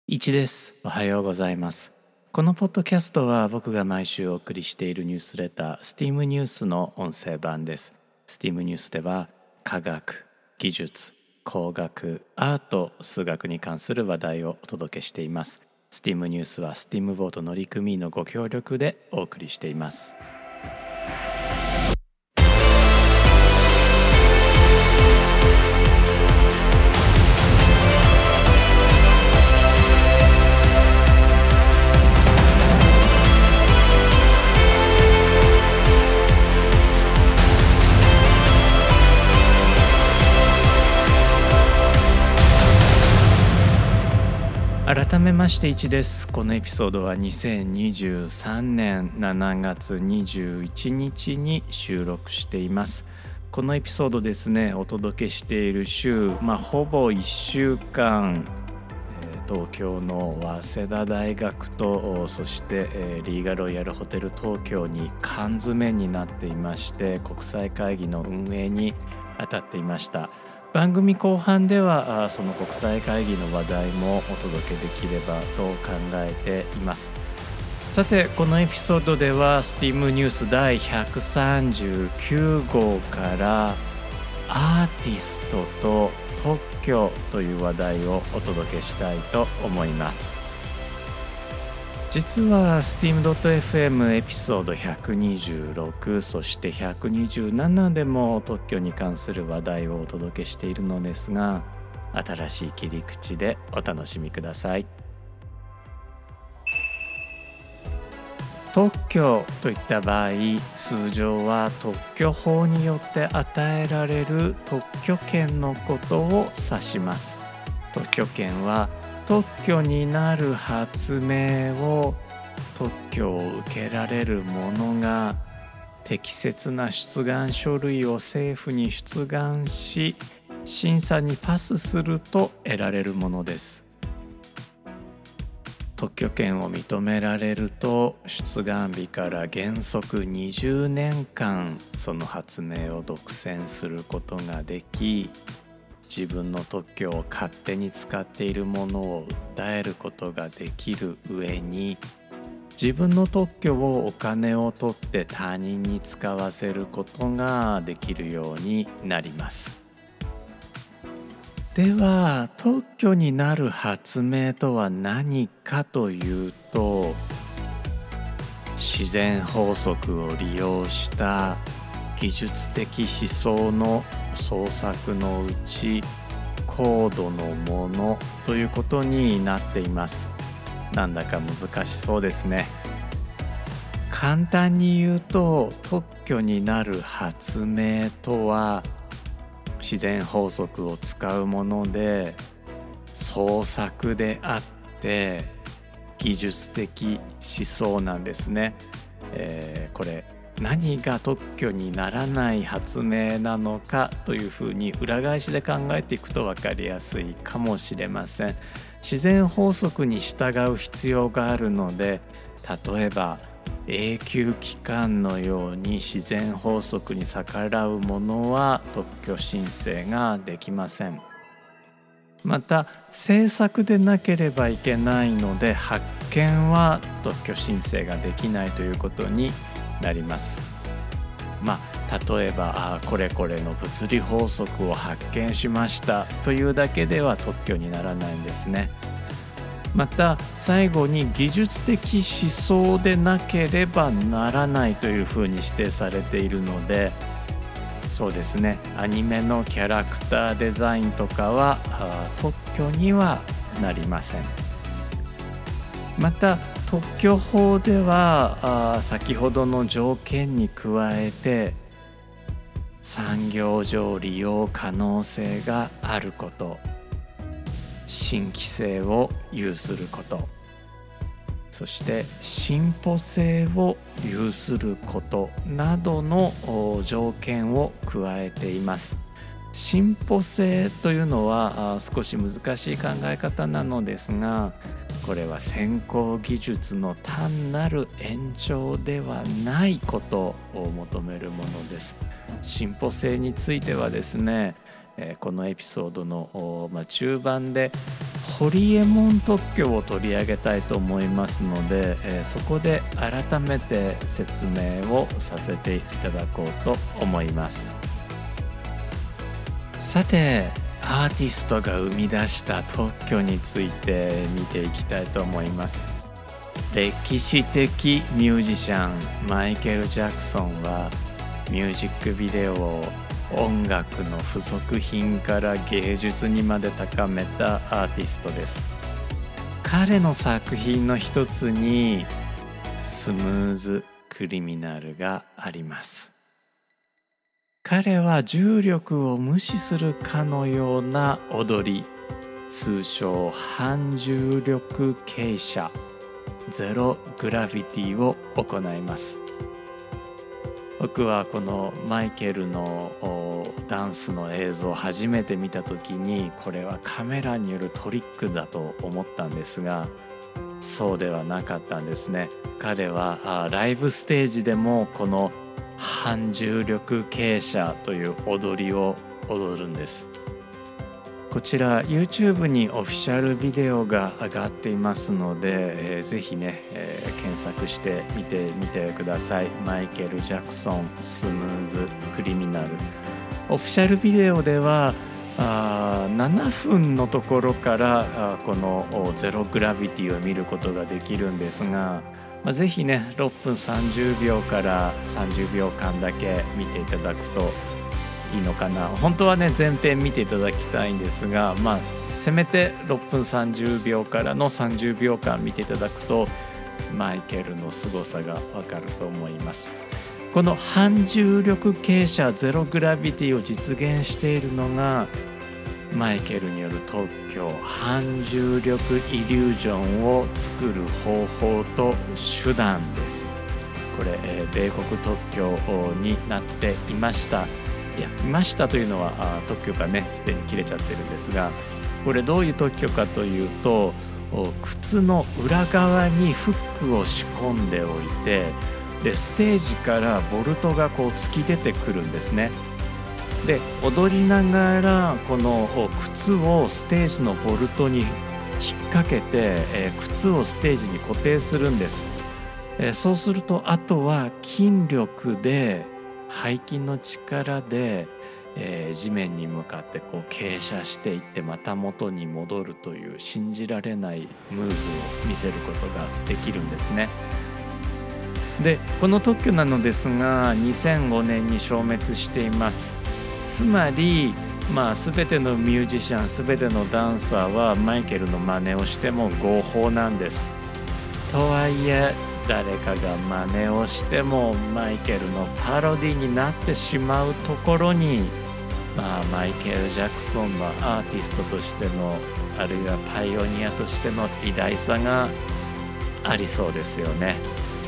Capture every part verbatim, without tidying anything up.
いちです。おはようございます。このポッドキャストは僕が毎週お送りしているニュースレター スティーム ニュースの音声版です。 スティーム ニュースでは科学、技術、工学、アート、数学に関する話題をお届けしています。 スティーム ニュースは スティーム ボート乗組員のご協力でお送りしています。改めましていちです。このエピソードはにせんにじゅうさんねんしちがつにじゅういちにちに収録しています。このエピソードですね、お届けしている週、まあ、ほぼいっしゅうかん、えー東京の早稲田大学とそして、えーリーガロイヤルホテル東京に缶詰になっていまして、国際会議の運営に当たっていました。番組後半ではその国際会議の話題もお届けできればと考えています。さて、このエピソードでは スティーム ニュースだいひゃくさんじゅうきゅうごうからアーティストと特許という話題をお届けしたいと思います。実は スティームドットエフエム エピソードひゃくにじゅうろく、そしてひゃくにじゅうななでも特許に関する話題をお届けしているのですが、新しい切り口でお楽しみください。特許といった場合、通常は特許法によって与えられる特許権のことを指します。特許権は特許になる発明を特許を受けられる者が適切な出願書類を政府に出願し、審査にパスすると得られるものです。特許権を認められると、出願日から原則にじゅうねんかんその発明を独占することができ、自分の特許を勝手に使っているものを訴えることができる上に、自分の特許をお金を取って他人に使わせることができるようになります。では、特許になる発明とは何かというと、自然法則を利用した技術的思想の創作のうち高度のものということになっています。なんだか難しそうですね。簡単に言うと、特許になる発明とは自然法則を使うもので、創作であって技術的思想なんですね。えー、これ何が特許にならない発明なのかというふうに裏返しで考えていくと分かりやすいかもしれません。自然法則に従う必要があるので、例えば永久期間のように自然法則に逆らうものは特許申請ができません。また、制作でなければいけないので発見は特許申請ができないということになります。まあ、例えばあこれこれの物理法則を発見しましたというだけでは特許にならないんですね。また、最後に技術的思想でなければならないというふうに指定されているので、そうですね、アニメのキャラクターデザインとかは特許にはなりません。また、特許法では先ほどの条件に加えて産業上利用可能性があること、新規性を有すること、そして進歩性を有することなどの条件を加えています。進歩性というのは少し難しい考え方なのですが、これは先行技術の単なる延長ではないことを求めるものです。進歩性についてはですね、このエピソードの中盤でホリエモン特許を取り上げたいと思いますので、えーそこで改めて説明をさせていただこうと思います。さて、アーティストが生み出した特許について見ていきたいと思います。歴史的ミュージシャンマイケル・ジャクソンはミュージックビデオを音楽の付属品から芸術にまで高めたアーティストです。彼の作品の一つにスムーズ・クリミナルがあります。彼は重力を無視するかのような踊り、通称反重力傾斜ゼログラビティを行います。僕はこのマイケルのダンスの映像を初めて見た時に、これはカメラによるトリックだと思ったんですが、そうではなかったんですね。彼はライブステージでもこの反重力傾斜という踊りを踊るんです。こちら YouTube にオフィシャルビデオが上がっていますので、えー、ぜひね、えー、検索してみてみてください。マイケル・ジャクソンスムーズ・クリミナル。オフィシャルビデオではあななふんのところからあこのゼログラビティを見ることができるんですが、まあ、ぜひねろっぷんさんじゅうびょうからさんじゅうびょうかんだけ見ていただくといいのかな。本当はね全編見ていただきたいんですが、まあせめてろっぷんさんじゅうびょうからのさんじゅうびょうかん見ていただくとマイケルの凄さがわかると思います。この反重力傾斜ゼログラビティを実現しているのがマイケルによる特許反重力イリュージョンを作る方法と手段です。これ、えー、米国特許になっていました。いや、いましたというのはあ特許がねすでに切れちゃってるんですが、これどういう特許かというと、靴の裏側にフックを仕込んでおいて、でステージからボルトがこう突き出てくるんですね。で踊りながらこの靴をステージのボルトに引っ掛けて、えー、靴をステージに固定するんです。えー、そうするとあとは筋力で背筋の力で、えー、地面に向かってこう傾斜していってまた元に戻るという信じられないムーブを見せることができるんですね。でこの特許なのですがにせんごねんに消滅しています。つまり、まあ、全てのミュージシャン全てのダンサーはマイケルの真似をしても合法なんです。とはいえ誰かが真似をしてもマイケルのパロディになってしまうところに、まあ、マイケル・ジャクソンのアーティストとしてのあるいはパイオニアとしての偉大さがありそうですよね。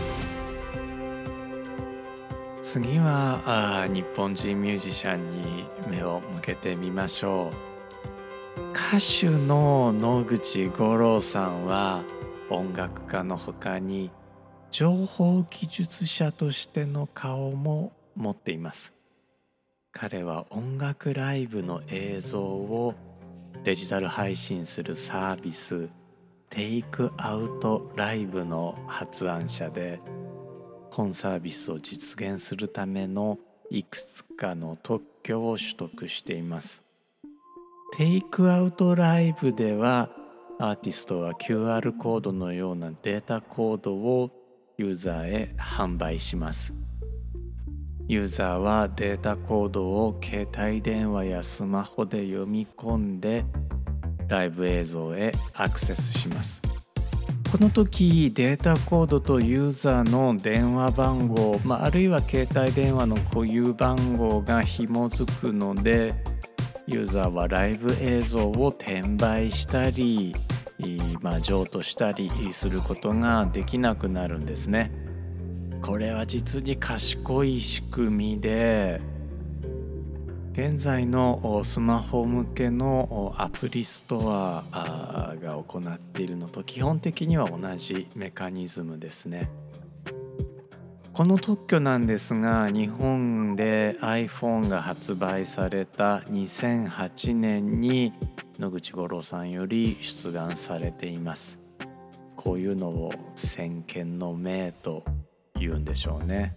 次はあ日本人ミュージシャンに目を向けてみましょう。歌手の野口五郎さんは音楽家のほかに情報技術者としての顔も持っています。彼は音楽ライブの映像をデジタル配信するサービステイクアウトライブの発案者で、本サービスを実現するためのいくつかの特許を取得しています。テイクアウトライブではアーティストは キューアール コードのようなデータコードをユーザーへ販売します。ユーザーはデータコードを携帯電話やスマホで読み込んでライブ映像へアクセスします。この時データコードとユーザーの電話番号、まあ、あるいは携帯電話の固有番号が紐づくので、ユーザーはライブ映像を転売したり、まあ、譲渡したりすることができなくなるんですね。これは実に賢い仕組みで、現在のスマホ向けのアプリストアが行っているのと基本的には同じメカニズムですね。この特許なんですが、日本で iPhone が発売されたにせんはちねんに野口五郎さんより出願されています。こういうのを先見の明と言うんでしょうね。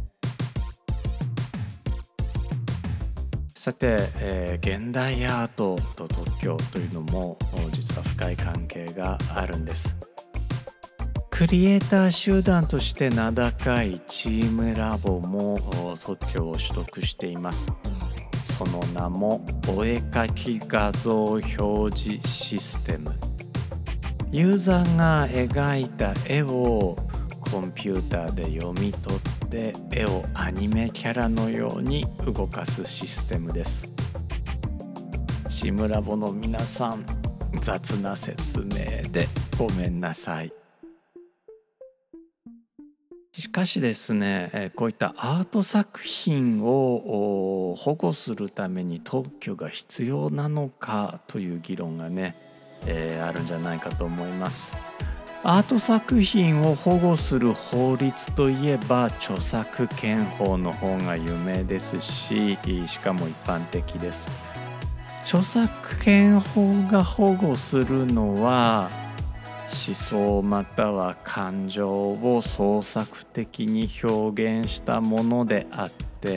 さて、えー、現代アートと特許というのも実は深い関係があるんです。クリエイター集団として名高いチームラボも特許を取得しています。その名もお絵かき画像表示システム。ユーザーが描いた絵をコンピューターで読み取って絵をアニメキャラのように動かすシステムです。チームラボの皆さん、雑な説明でごめんなさい。しかしですね、こういったアート作品を保護するために特許が必要なのかという議論がね、えー、あるんじゃないかと思います。アート作品を保護する法律といえば著作権法の方が有名ですし、しかも一般的です。著作権法が保護するのは思想または感情を創作的に表現したものであって、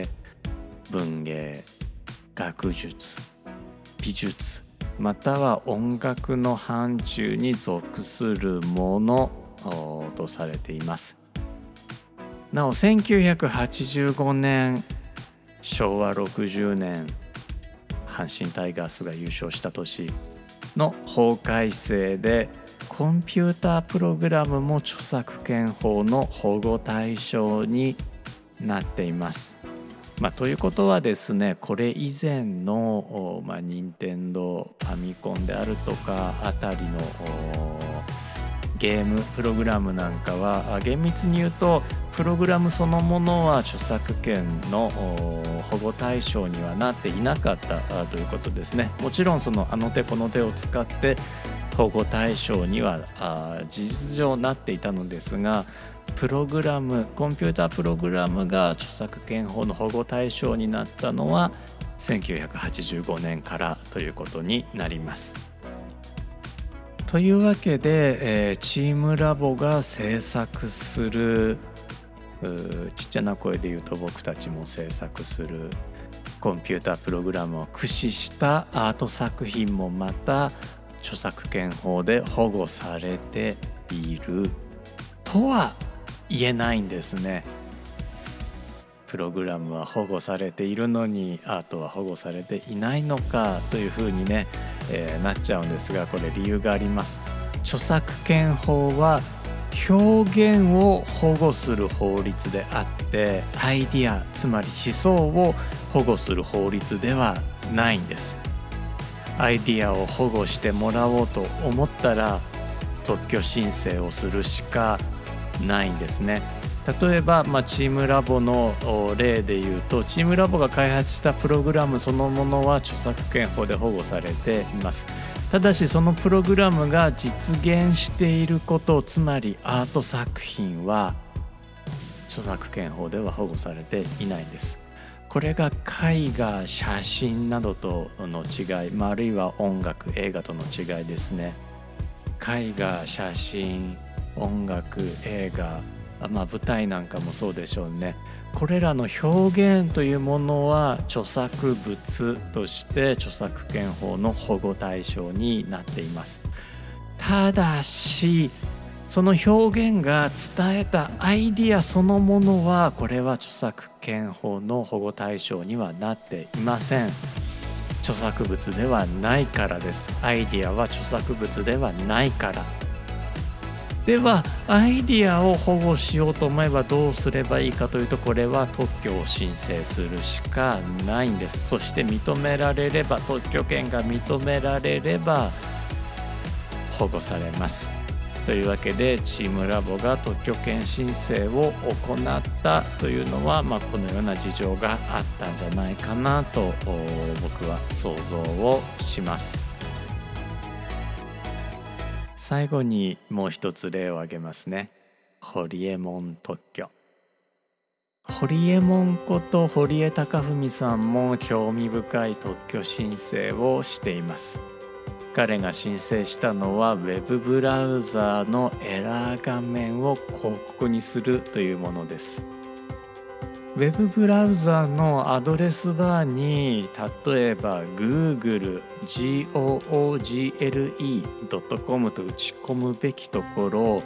文芸、学術、美術または音楽の範疇に属するものとされています。なおせんきゅうひゃくはちじゅうごねん、しょうわろくじゅうねん、阪神タイガースが優勝した年の法改正でコンピュータープログラムも著作権法の保護対象になっています。まあ、ということはですね、これ以前の、まあ、任天堂ファミコンであるとかあたりのゲームプログラムなんかは厳密に言うとプログラムそのものは著作権の保護対象にはなっていなかったということですね。もちろんそのあの手この手を使って保護対象には事実上なっていたのですが、プログラムコンピュータープログラムが著作権法の保護対象になったのはせんきゅうひゃくはちじゅうごねんからということになります。というわけで、えー、チームラボが制作するちっちゃな声で言うと僕たちも制作するコンピュータープログラムを駆使したアート作品もまた著作権法で保護されているとは言えないんですね。プログラムは保護されているのにアートは保護されていないのかというふうにね、えー、なっちゃうんですが、これ理由があります。著作権法は表現を保護する法律であってアイディアつまり思想を保護する法律ではないんです。アイディアを保護してもらおうと思ったら特許申請をするしかないんですね。例えば、まあ、チームラボの例で言うとチームラボが開発したプログラムそのものは著作権法で保護されています。ただしそのプログラムが実現していることつまりアート作品は著作権法では保護されていないんです。これが絵画、写真などとの違い、まあ、あるいは音楽、映画との違いですね。絵画、写真、音楽、映画、まあ、舞台なんかもそうでしょうね。これらの表現というものは著作物として著作権法の保護対象になっています。ただしその表現が伝えたアイディアそのものはこれは著作権法の保護対象にはなっていません。著作物ではないからです。アイディアは著作物ではないから。ではアイディアを保護しようと思えばどうすればいいかというと、これは特許を申請するしかないんです。そして認められれば、特許権が認められれば保護されます。というわけでチームラボが特許権申請を行ったというのは、まあ、このような事情があったんじゃないかなと僕は想像をします。最後にもう一つ例を挙げますね。ホリエモン特許。ホリエモンこと堀江貴文さんも興味深い特許申請をしています。 彼が申請したのはウェブブラウザーのエラー画面を広告にするというものです。ウェブブラウザーのアドレスバーに例えば Google、ジーオーオージーエルイードットコム と打ち込むべきところ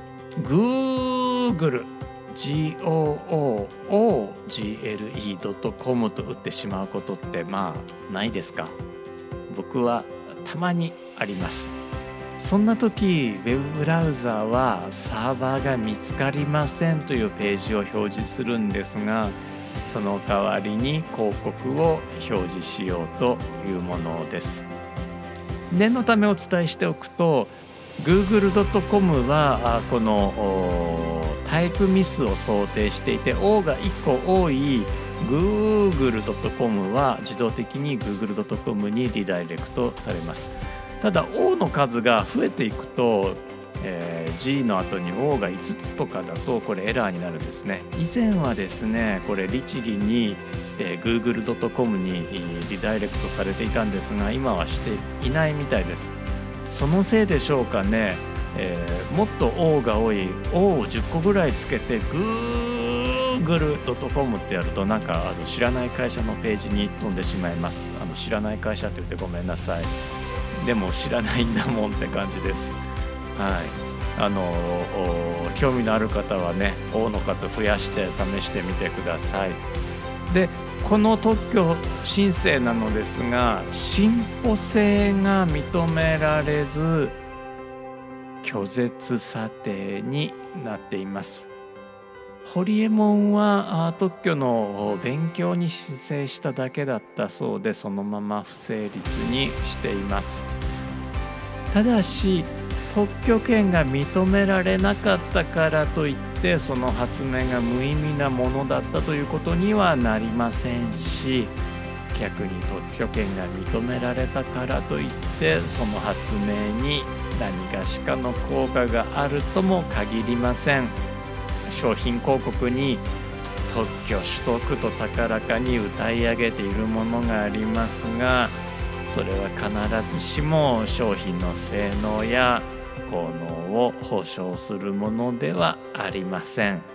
Google、ジーオーオージーエルイードットコム と打ってしまうことってまあないですか？僕はたまにあります。そんな時ウェブブラウザーはサーバーが見つかりませんというページを表示するんですが、その代わりに広告を表示しようというものです。念のためお伝えしておくと グーグルドットコム はこのタイプミスを想定していて O がいっこ多い グーグルドットコム は自動的に グーグルドットコム にリダイレクトされます。ただ O の数が増えていくと、えー、G の後に O がいつつとかだとこれエラーになるんですね。以前はですねこれ律儀に、えー、グーグルドットコム にリダイレクトされていたんですが今はしていないみたいです。そのせいでしょうかね、えー、もっと O が多い O をじゅっこぐらいつけて グーグルドットコム ってやるとなんかあの知らない会社のページに飛んでしまいます。あの知らない会社って言ってごめんなさい。でも知らないんだもんって感じです。はい、あの興味のある方はね O の数増やして試してみてください。でこの特許申請なのですが進歩性が認められず拒絶査定になっています。ホリエモンは特許の勉強に申請しただけだったそうでそのまま不成立にしています。ただし特許権が認められなかったからといってその発明が無意味なものだったということにはなりませんし、逆に特許権が認められたからといってその発明に何がしかの効果があるとも限りません。商品広告に特許取得と高らかに歌い上げているものがありますが、それは必ずしも商品の性能や効能を保証するものではありません。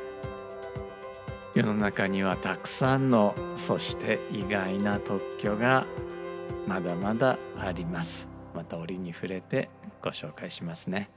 世の中にはたくさんのそして意外な特許がまだまだあります。また折に触れてご紹介しますね。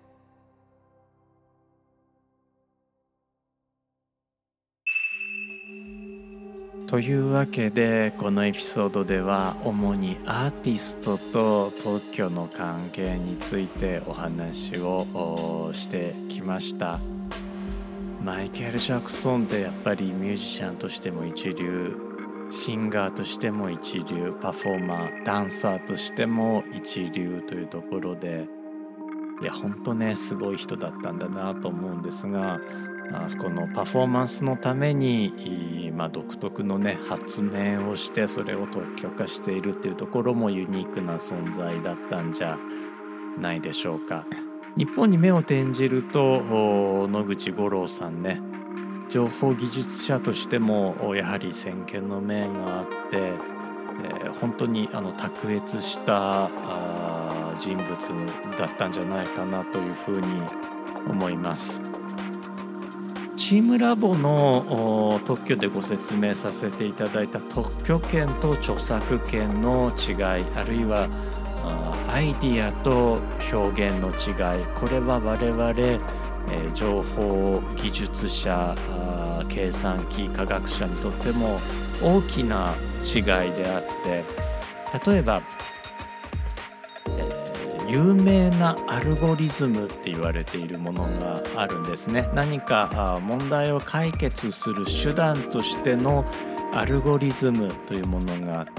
というわけでこのエピソードでは主にアーティストと特許の関係についてお話をしてきました。マイケル・ジャクソンってやっぱりミュージシャンとしても一流、シンガーとしても一流、パフォーマー、ダンサーとしても一流というところで、いや本当ねすごい人だったんだなと思うんですが、このパフォーマンスのために、まあ、独特のね発明をしてそれを特許化しているっていうところもユニークな存在だったんじゃないでしょうか。日本に目を転じると野口五郎さんね、情報技術者としてもやはり先見の明があって、えー、本当にあの卓越した人物だったんじゃないかなというふうに思います。チームラボの特許でご説明させていただいた特許権と著作権の違い、あるいはアイディアと表現の違い、これは我々、えー、情報技術者、計算機科学者にとっても大きな違いであって、例えば有名なアルゴリズムって言われているものがあるんですね。何か問題を解決する手段としてのアルゴリズムというものがあって、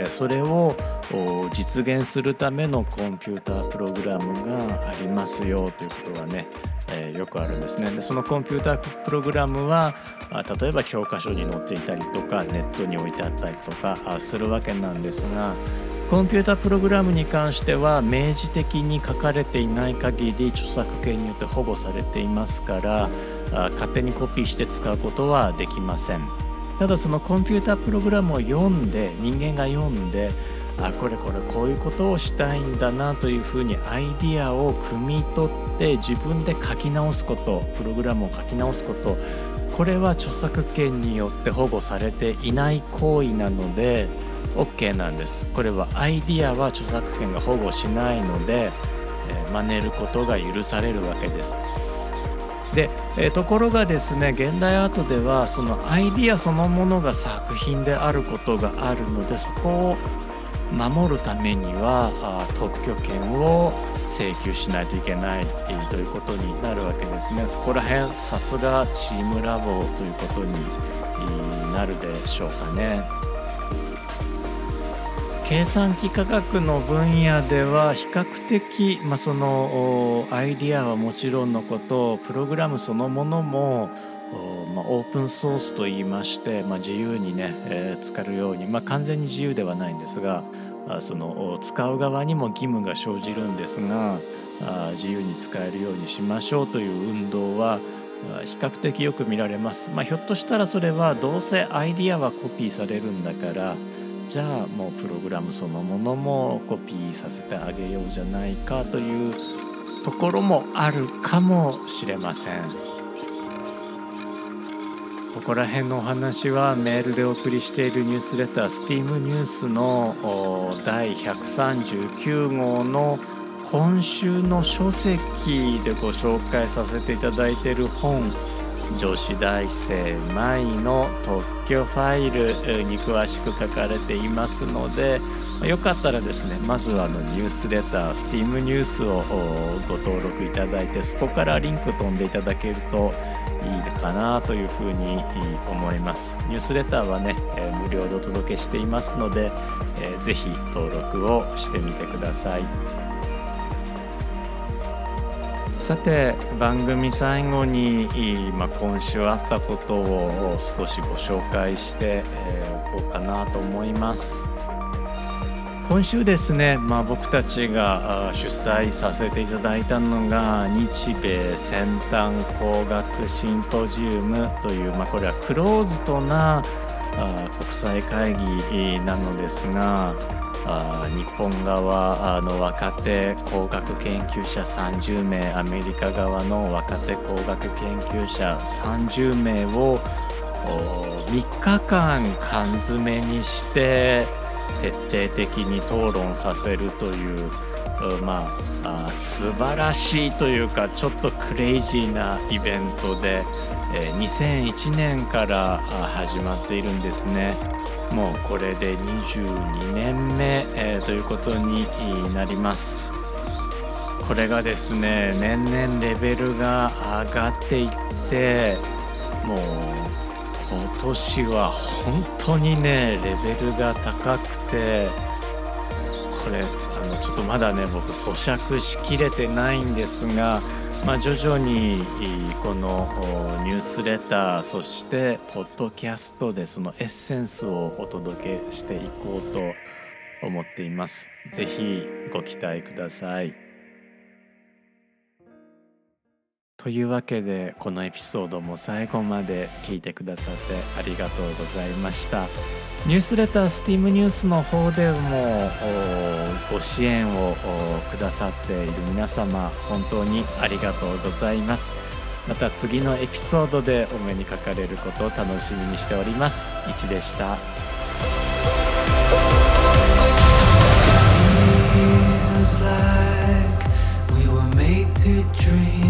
それを実現するためのコンピュータープログラムがありますよということがね、えー、よくあるんですね。でそのコンピュータープログラムは例えば教科書に載っていたりとかネットに置いてあったりとかするわけなんですが、コンピュータープログラムに関しては明示的に書かれていない限り著作権によって保護されていますから、勝手にコピーして使うことはできません。ただそのコンピュータープログラムを読んで人間が読んであこれこれこういうことをしたいんだなというふうにアイディアを汲み取って自分で書き直すこと、プログラムを書き直すこと、これは著作権によって保護されていない行為なので OK なんです。これはアイディアは著作権が保護しないので、えー、真似ることが許されるわけです。で、えー、ところがですね、現代アートではそのアイディアそのものが作品であることがあるので、そこを守るためにはあ特許権を請求しないといけないということになるわけですね。そこら辺さすがチームラボということになるでしょうかね。計算機科学の分野では比較的、まあ、そのアイディアはもちろんのこと、プログラムそのものもまあ、オープンソースといいまして、まあ、自由にね、えー、使えるように、まあ、完全に自由ではないんですが、あその使う側にも義務が生じるんですが、あ自由に使えるようにしましょうという運動は比較的よく見られます。まあ、ひょっとしたらそれはどうせアイディアはコピーされるんだから、じゃあもうプログラムそのものもコピーさせてあげようじゃないかというところもあるかもしれません。ここら辺のお話はメールでお送りしているニュースレター スティーム ニュースのだいひゃくさんじゅうきゅうごうの今週の書籍でご紹介させていただいている本、女子大生舞の特許ファイルに詳しく書かれていますので、よかったらですね、まずはあのニュースレター スティーム ニュースをご登録いただいて、そこからリンク飛んでいただけるといいかなというふうに思います。ニュースレターはね、えー、無料でお届けしていますので、えー、ぜひ登録をしてみてください。さて、番組最後に、まあ、今週あったことを少しご紹介しておこうかなと思います。今週ですね、まあ、僕たちが主催させていただいたのが日米先端工学シンポジウムという、まあ、これはクローズドな国際会議なのですが、日本側の若手工学研究者さんじゅうめい、アメリカ側の若手工学研究者さんじゅうめいをみっかかん缶詰にして徹底的に討論させるという、まあ、素晴らしいというかちょっとクレイジーなイベントで、にせんいちねんから始まっているんですね。もうこれでにじゅうにねんめ、えー、ということになります。これがですね、年々レベルが上がっていって、もう今年は本当にねレベルが高くて、これあのちょっとまだね僕咀嚼しきれてないんですが、まあ、徐々にこのニュースレター、そしてポッドキャストでそのエッセンスをお届けしていこうと思っています。ぜひご期待ください。というわけで、このエピソードも最後まで聞いてくださってありがとうございました。ニュースレター スティーム ニュースの方でもご支援をくださっている皆様、本当にありがとうございます。また次のエピソードでお目にかかれることを楽しみにしております。いちでした。Feels like we were made to dream